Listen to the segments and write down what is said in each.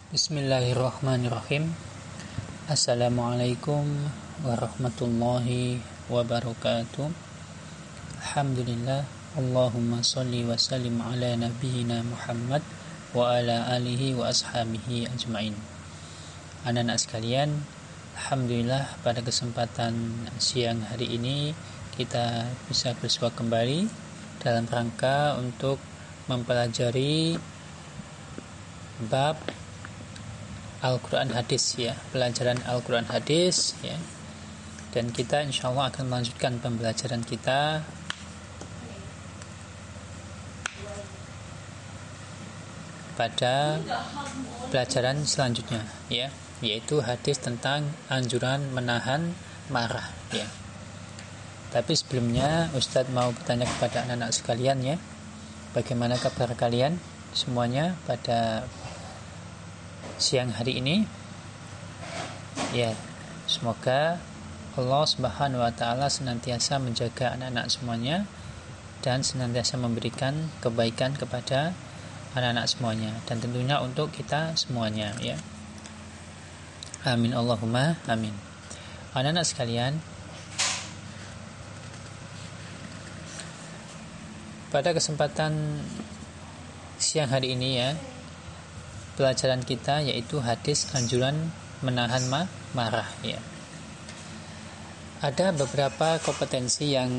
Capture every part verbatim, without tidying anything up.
Bismillahirrahmanirrahim. Assalamualaikum warahmatullahi wabarakatuh. Alhamdulillah. Allahumma salli wa sallim ala nabiyyina Muhammad wa ala alihi wa ashabihi ajma'in. Anak-anak sekalian, alhamdulillah pada kesempatan siang hari ini kita bisa bersua kembali dalam rangka untuk mempelajari bab Al-Quran Hadis, ya, pelajaran Al-Quran Hadis, ya. Dan kita insyaallah akan melanjutkan pembelajaran kita pada pelajaran selanjutnya, ya, yaitu hadis tentang anjuran menahan marah, ya. Tapi sebelumnya Ustadz mau bertanya kepada anak-anak sekalian, ya, bagaimana kabar kalian semuanya pada siang hari ini? Ya, semoga Allah Subhanahu wa taala senantiasa menjaga anak-anak semuanya dan senantiasa memberikan kebaikan kepada anak-anak semuanya, dan tentunya untuk kita semuanya, ya. Amin Allahumma amin. Anak-anak sekalian, pada kesempatan siang hari ini, ya, pelajaran kita yaitu hadis anjuran menahan ma- marah, ya. Ada beberapa kompetensi yang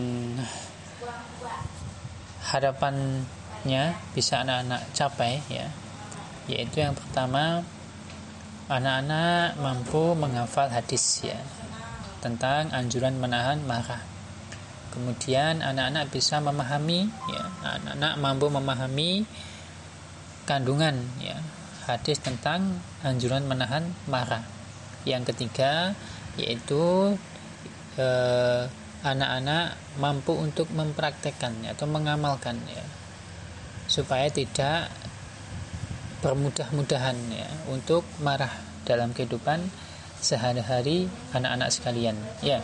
harapannya bisa anak-anak capai, ya. Yaitu yang pertama, anak-anak mampu menghafal hadis, ya, tentang anjuran menahan marah. Kemudian anak-anak bisa memahami, ya, anak-anak mampu memahami kandungan, ya, hadis tentang anjuran menahan marah. Yang ketiga yaitu eh, anak-anak mampu untuk mempraktekkannya atau mengamalkan, ya, supaya tidak bermudah-mudahan, ya, untuk marah dalam kehidupan sehari-hari anak-anak sekalian, ya.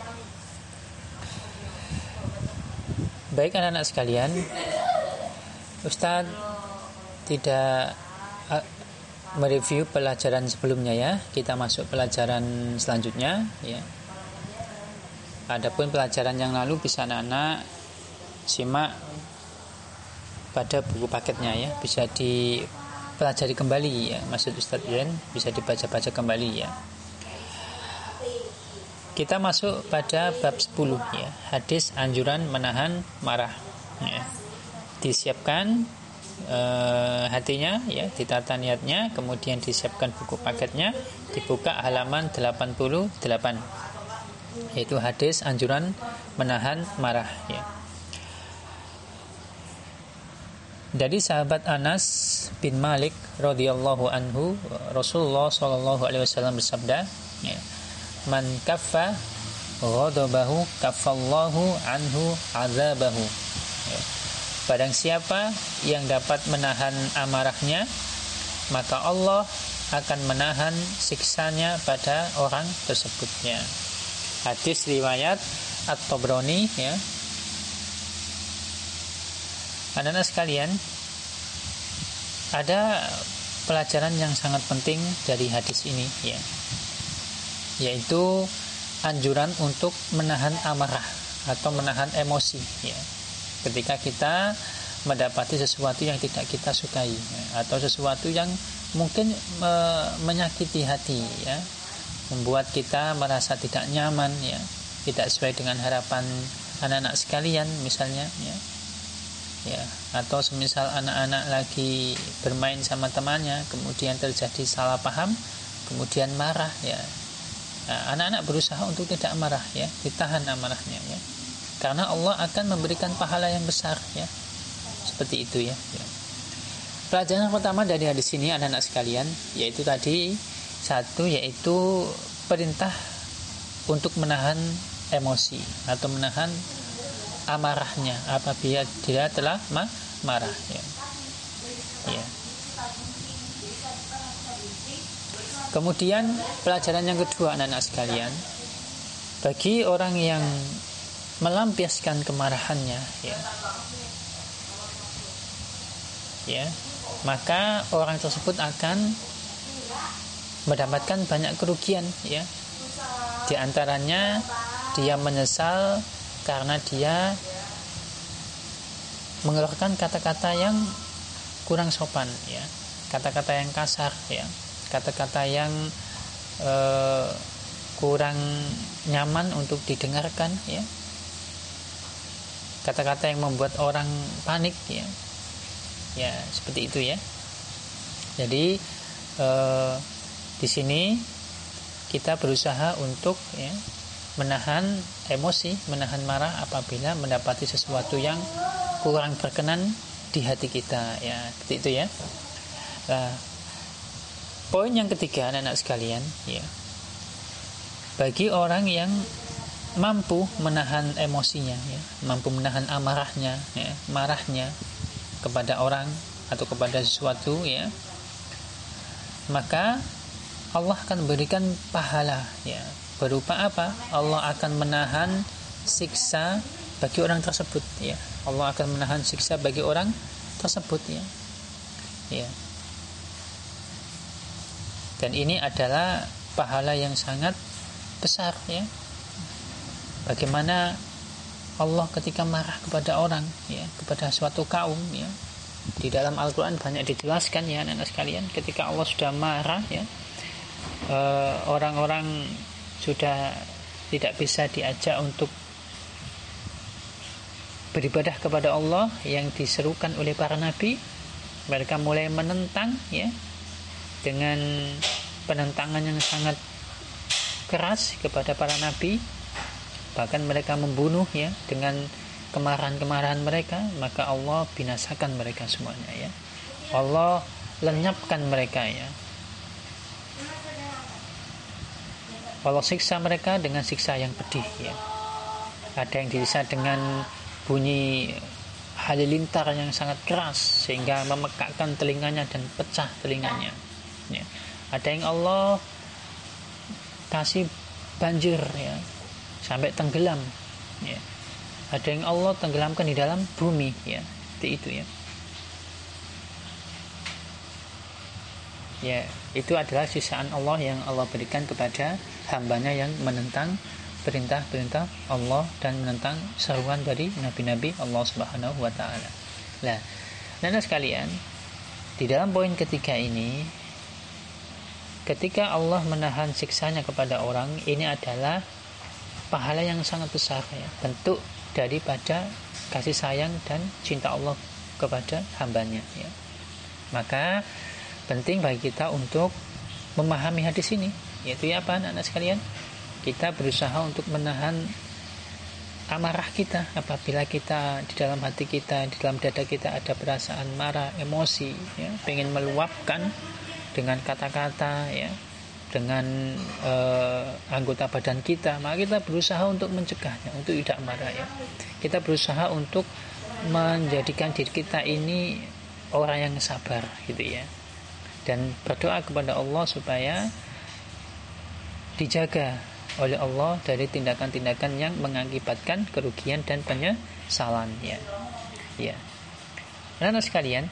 Baik anak-anak sekalian, Ustadz tidak mereview pelajaran sebelumnya, ya. Kita masuk pelajaran selanjutnya, ya. Adapun pelajaran yang lalu bisa anak-anak simak pada buku paketnya, ya. Bisa dipelajari kembali, ya. Maksud Ustadz Yen bisa dibaca-baca kembali, ya. Kita masuk pada bab sepuluh, ya. Hadis anjuran menahan marah, ya. Disiapkan Uh, hatinya, ya, ditata niatnya, kemudian disiapkan buku paketnya, dibuka halaman delapan puluh delapan, yaitu hadis anjuran menahan marah, ya. Dari sahabat Anas bin Malik radhiyallahu anhu, Rasulullah sallallahu alaihi wasallam bersabda, ya, man kaffa ghadabahu kaffallahu anhu azabahu, ya. Barang siapa yang dapat menahan amarahnya, maka Allah akan menahan siksanya pada orang tersebutnya. Hadis riwayat At-Tabrani, ya. Anak-anak sekalian, ada pelajaran yang sangat penting dari hadis ini, ya, yaitu anjuran untuk menahan amarah atau menahan emosi, ya. Ketika kita mendapati sesuatu yang tidak kita sukai, ya, atau sesuatu yang mungkin me, menyakiti hati, ya, membuat kita merasa tidak nyaman, ya, tidak sesuai dengan harapan anak-anak sekalian, misalnya, ya, ya, atau semisal anak-anak lagi bermain sama temannya, kemudian terjadi salah paham, kemudian marah, ya. Nah, anak-anak berusaha untuk tidak marah, ya, ditahan amarahnya, ya. Karena Allah akan memberikan pahala yang besar, ya. Seperti itu, ya, ya. Pelajaran pertama dari hadis ini anak-anak sekalian, yaitu tadi satu, yaitu perintah untuk menahan emosi atau menahan amarahnya apabila dia telah ma- marah, ya. Ya. Kemudian pelajaran yang kedua anak-anak sekalian, bagi orang yang melampiaskan kemarahannya, ya, ya, maka orang tersebut akan mendapatkan banyak kerugian ya. Di antaranya dia menyesal karena dia mengeluarkan kata-kata yang kurang sopan ya, kata-kata yang kasar ya, kata-kata yang eh, kurang nyaman untuk didengarkan ya, kata-kata yang membuat orang panik ya, ya seperti itu ya. Jadi eh, di sini kita berusaha untuk ya, menahan emosi, menahan marah apabila mendapati sesuatu yang kurang berkenan di hati kita ya, seperti itu ya. Nah, poin yang ketiga anak-anak sekalian ya, bagi orang yang mampu menahan emosinya ya, mampu menahan amarahnya ya, marahnya kepada orang atau kepada sesuatu ya, maka Allah akan berikan pahala ya. Berupa apa? Allah akan menahan siksa bagi orang tersebut ya. Allah akan menahan siksa bagi orang tersebut ya. Ya. Dan ini adalah pahala yang sangat besar ya. Bagaimana Allah ketika marah kepada orang ya, kepada suatu kaum ya. Di dalam Al-Qur'an banyak dijelaskan ya anak-anak sekalian, ketika Allah sudah marah ya, Uh, orang-orang sudah tidak bisa diajak untuk beribadah kepada Allah yang diserukan oleh para nabi. Mereka mulai menentang ya, dengan penentangan yang sangat keras kepada para nabi, bahkan mereka membunuh ya dengan kemarahan-kemarahan mereka. Maka Allah binasakan mereka semuanya ya, Allah lenyapkan mereka ya, Allah siksa mereka dengan siksa yang pedih ya. Ada yang disiksa dengan bunyi halilintar yang sangat keras sehingga memekakkan telinganya dan pecah telinganya ya. Ada yang Allah kasih banjir ya, sampai tenggelam ya. Ada yang Allah tenggelamkan di dalam bumi ya, seperti itu ya. Ya, itu adalah sisaan Allah yang Allah berikan kepada hambanya yang menentang perintah-perintah Allah dan menentang seruan dari nabi-nabi Allah Subhanahu wa taala. Nah, anak sekalian, di dalam poin ketiga ini, ketika Allah menahan siksanya kepada orang, ini adalah pahala yang sangat besar ya, bentuk daripada kasih sayang dan cinta Allah kepada hambanya ya. Maka penting bagi kita untuk memahami hadis ini, yaitu apa anak-anak sekalian? Kita berusaha untuk menahan amarah kita apabila kita di dalam hati kita, di dalam dada kita ada perasaan marah, emosi ya, pengen meluapkan dengan kata-kata ya, dengan uh, anggota badan kita, maka kita berusaha untuk mencegahnya, untuk tidak marah ya. Kita berusaha untuk menjadikan diri kita ini orang yang sabar gitu ya, dan berdoa kepada Allah supaya dijaga oleh Allah dari tindakan-tindakan yang mengakibatkan kerugian dan penyesalan ya. Ya. Anak-anak sekalian,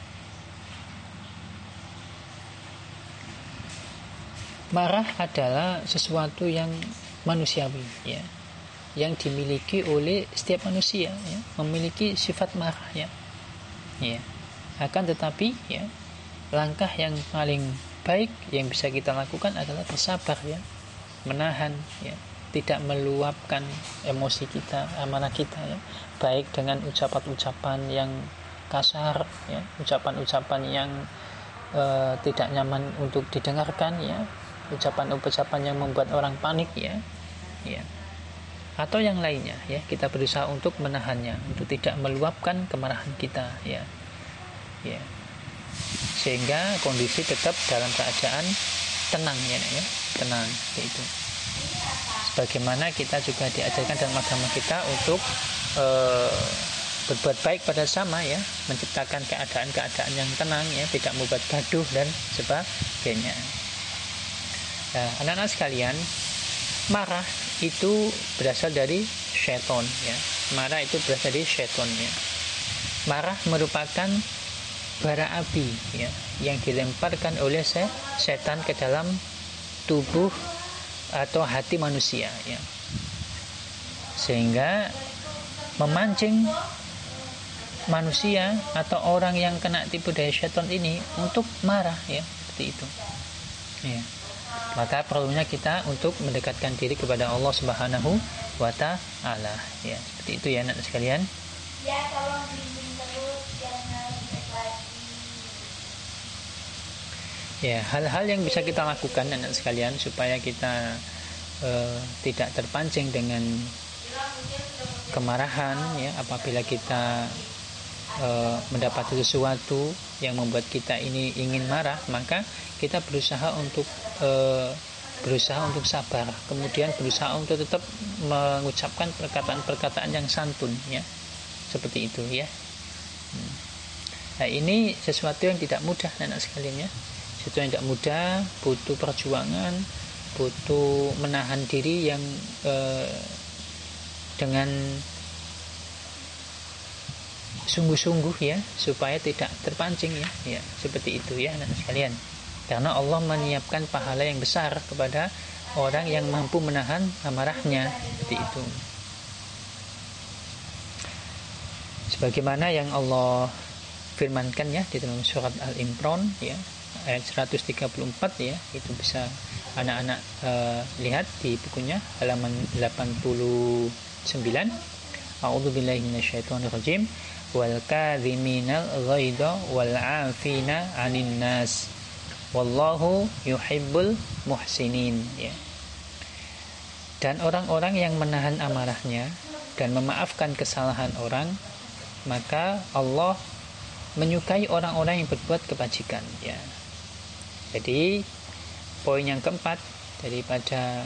marah adalah sesuatu yang manusiawi ya, yang dimiliki oleh setiap manusia ya, memiliki sifat marah ya. Ya. Akan tetapi ya, langkah yang paling baik yang bisa kita lakukan adalah bersabar ya, menahan ya, tidak meluapkan emosi kita, amarah kita ya, baik dengan ucapan-ucapan yang kasar ya, ucapan-ucapan yang uh, tidak nyaman untuk didengarkan ya, ucapan-ucapan yang membuat orang panik ya, ya, atau yang lainnya ya, kita berusaha untuk menahannya, untuk tidak meluapkan kemarahan kita ya, ya, sehingga kondisi tetap dalam keadaan tenang ya, ya, tenang itu. Sebagaimana kita juga diajarkan dalam agama kita untuk uh, berbuat baik pada sama ya, menciptakan keadaan-keadaan yang tenang ya, tidak membuat gaduh dan sebagainya. Nah, anak-anak sekalian, marah itu berasal dari syaitan ya. Marah itu berasal dari syaitan ya. Marah merupakan bara api ya, yang dilemparkan oleh setan ke dalam tubuh atau hati manusia, ya, sehingga memancing manusia atau orang yang kena tipu daya syaitan ini untuk marah, ya, seperti itu, ya. Maka perlunya kita untuk mendekatkan diri kepada Allah Subhanahu wa Ta'ala, ya, seperti itu ya anak sekalian. Ya, tolong bimbing terus, jangan lagi. Ya, hal-hal yang bisa kita lakukan anak sekalian supaya kita uh, tidak terpancing dengan kemarahan, ya, apabila kita uh, mendapati sesuatu yang membuat kita ini ingin marah, maka kita berusaha untuk uh, berusaha untuk sabar, kemudian berusaha untuk tetap mengucapkan perkataan-perkataan yang santun, ya, seperti itu, ya. Nah, ini sesuatu yang tidak mudah anak sekalian, ya. Itu yang tidak mudah, butuh perjuangan, butuh menahan diri yang eh, dengan sungguh-sungguh, ya, supaya tidak terpancing, ya, ya, seperti itu, ya anak sekalian. Karena Allah menyiapkan pahala yang besar kepada orang yang mampu menahan amarahnya, seperti itu. Sebagaimana yang Allah firmankan, ya, di dalam surat Al-Imran, ya, ayat seratus tiga puluh empat, ya, itu bisa anak-anak uh, lihat di bukunya halaman delapan puluh sembilan. A'udzubillahi minasyaitonirrajim. Wal kadhiminal ghaidha wal 'afina 'anil nas wallahu yuhibbul muhsinin, ya. Dan orang-orang yang menahan amarahnya dan memaafkan kesalahan orang, maka Allah menyukai orang-orang yang berbuat kebajikan, ya. Jadi poin yang keempat daripada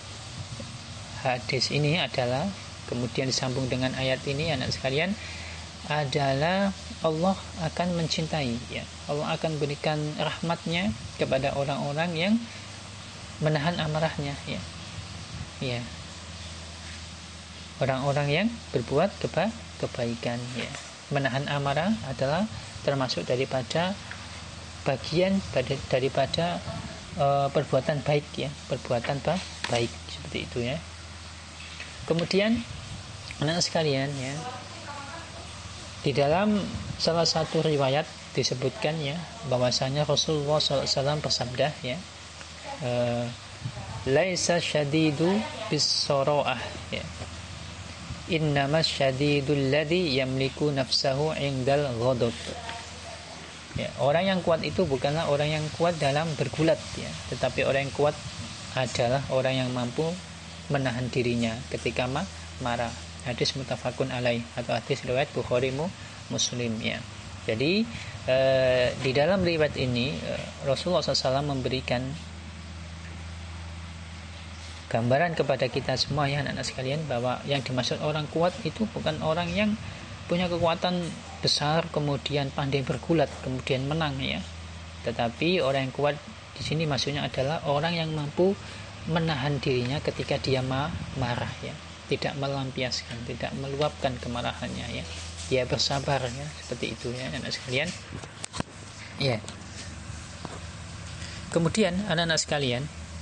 hadis ini adalah, kemudian disambung dengan ayat ini anak sekalian, adalah Allah akan mencintai, ya, Allah akan berikan rahmatnya kepada orang-orang yang menahan amarahnya, ya, ya, orang-orang yang berbuat keba- kebaikan, ya. Menahan amarah adalah termasuk daripada bagian daripada uh, perbuatan baik, ya, perbuatan bah, baik, seperti itu, ya. Kemudian anak sekalian, ya, di dalam salah satu riwayat disebutkan, ya, bahwasanya Rasulullah shallallahu alaihi wasallam bersabda, ya, uh, laisa syadidu bis-soro'ah, ya, innamas syadidul ladzi yamliku nafsahu indal ghadab. Ya, orang yang kuat itu bukanlah orang yang kuat dalam bergulat, ya, tetapi orang yang kuat adalah orang yang mampu menahan dirinya ketika ma- marah. Hadis muttafaqun alaih atau hadis riwayat Bukhari Muslim, ya. Jadi eh, di dalam riwayat ini eh, Rasulullah shallallahu alaihi wasallam memberikan gambaran kepada kita semua, ya anak-anak sekalian, bahwa yang dimaksud orang kuat itu bukan orang yang punya kekuatan besar kemudian pandai bergulat kemudian menang, ya, tetapi orang yang kuat di sini maksudnya adalah orang yang mampu menahan dirinya ketika dia ma- marah, ya, tidak melampiaskan, tidak meluapkan kemarahannya, ya, dia bersabar, ya, seperti itu, ya anak-anak sekalian, ya. Kemudian anak-anak sekalian,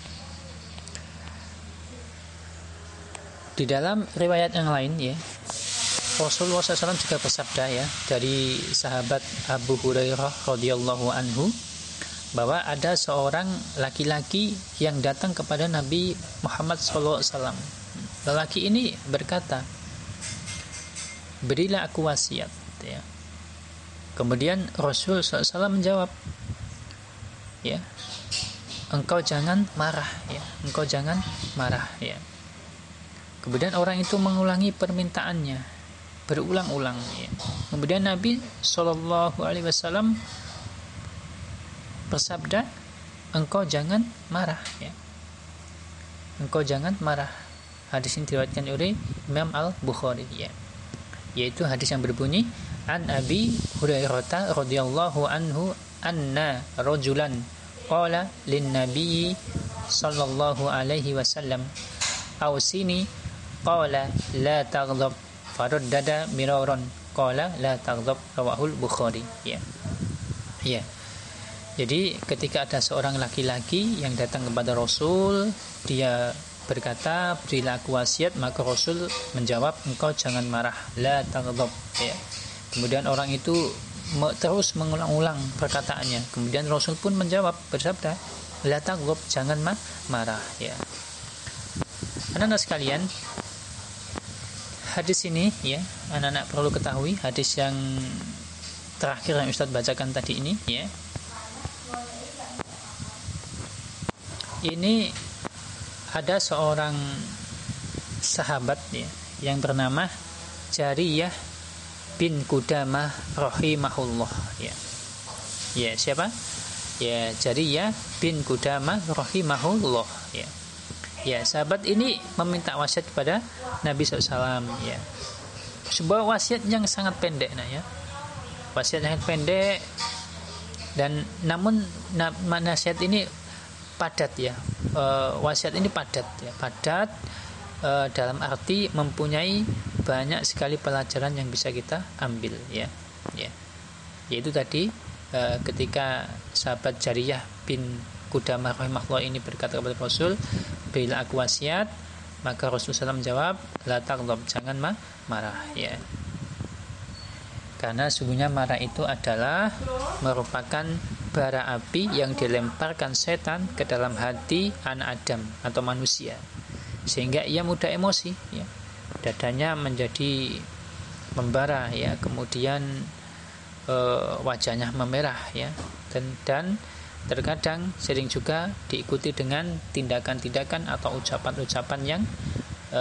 di dalam riwayat yang lain, ya, Rasulullah shallallahu alaihi wasallam juga bersabda, ya, dari sahabat Abu Hurairah radhiyallahu anhu, bahwa ada seorang laki-laki yang datang kepada Nabi Muhammad shallallahu alaihi wasallam. Lelaki ini berkata, berilah aku wasiat, ya. Kemudian Rasul shallallahu alaihi wasallam menjawab, ya, engkau jangan marah, ya, engkau jangan marah, ya. Kemudian orang itu mengulangi permintaannya berulang-ulang, ya. Kemudian Nabi shallallahu alaihi wasallam bersabda, engkau jangan marah, ya, engkau jangan marah. Hadis ini diriwayatkan oleh Imam Al-Bukhari, ya, yaitu hadis yang berbunyi, an Abi Hurairah radhiyallahu anhu anna rajulan qala lin nabiy sallallahu alaihi wasallam ausini qala la taghdab faraddada miraran qala la taghdab rawahul Bukhari, ya, ya. Jadi ketika ada seorang laki-laki yang datang kepada Rasul, dia berkata, berilah aku wasiat, maka Rasul menjawab, engkau jangan marah, la taghdab, ya. Kemudian orang itu me- terus mengulang-ulang perkataannya. Kemudian Rasul pun menjawab, bersabda, la taghdab, jangan ma- marah, ya. Anak-anak sekalian, hadis ini, ya, anak-anak perlu ketahui, hadis yang terakhir yang Ustaz bacakan tadi ini, ya, ini ada seorang sahabat, ya, yang bernama Jariyah bin Qudamah rahimahullah, ya. Ya, siapa? Ya, Jariyah bin Qudamah rahimahullah, ya. Ya, sahabat ini meminta wasiat kepada Nabi shallallahu alaihi wasallam, ya. Sebuah wasiat yang sangat pendek, nah, ya. Wasiat yang pendek, dan namun na- nasihat ini padat, ya. E, wasiat ini padat, ya. Padat e, dalam arti mempunyai banyak sekali pelajaran yang bisa kita ambil, ya. Ya. Yaitu tadi e, ketika sahabat Jariyah bin Qudamah rahimahullah ini berkata kepada Rasul, bila aku wasiat, maka Rasulullah shallallahu alaihi wasallam menjawab, la taghdab, jangan ma- marah, ya. Karena sungguhnya marah itu adalah merupakan bara api yang dilemparkan setan ke dalam hati anak Adam atau manusia, sehingga ia mudah emosi, ya. Dadanya menjadi membara, ya. Kemudian e, wajahnya memerah, ya. Dan, dan terkadang sering juga diikuti dengan tindakan-tindakan atau ucapan-ucapan yang e,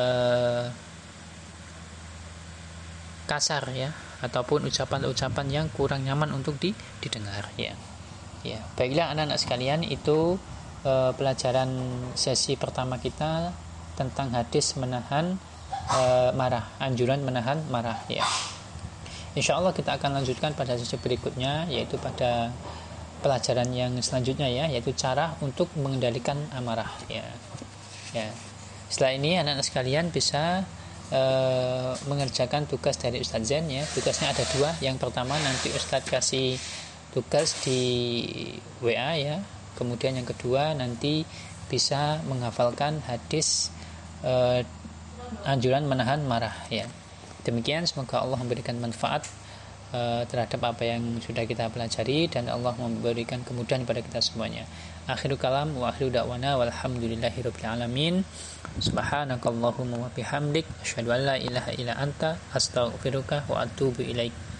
kasar, ya, ataupun ucapan-ucapan yang kurang nyaman untuk didengar, ya. Ya, baiklah anak-anak sekalian, itu e, pelajaran sesi pertama kita tentang hadis menahan e, marah, anjuran menahan marah, ya. Insyaallah kita akan lanjutkan pada sesi berikutnya, yaitu pada pelajaran yang selanjutnya, ya, yaitu cara untuk mengendalikan amarah, ya. Ya. Setelah ini anak-anak sekalian bisa e, mengerjakan tugas dari Ustaz Zain, ya. Tugasnya ada dua. Yang pertama nanti Ustaz kasih tugas di W A, ya. Kemudian yang kedua nanti bisa menghafalkan hadis eh, anjuran menahan marah, ya. Demikian, semoga Allah memberikan manfaat eh, terhadap apa yang sudah kita pelajari, dan Allah memberikan kemudahan pada kita semuanya. Akhirul kalam wa akhiru da'wana walhamdulillahirabbil alamin. Subhanakallahumma wa bihamdik, asyhadu an la ilaha illa anta, astaghfiruka wa atubu ilaik.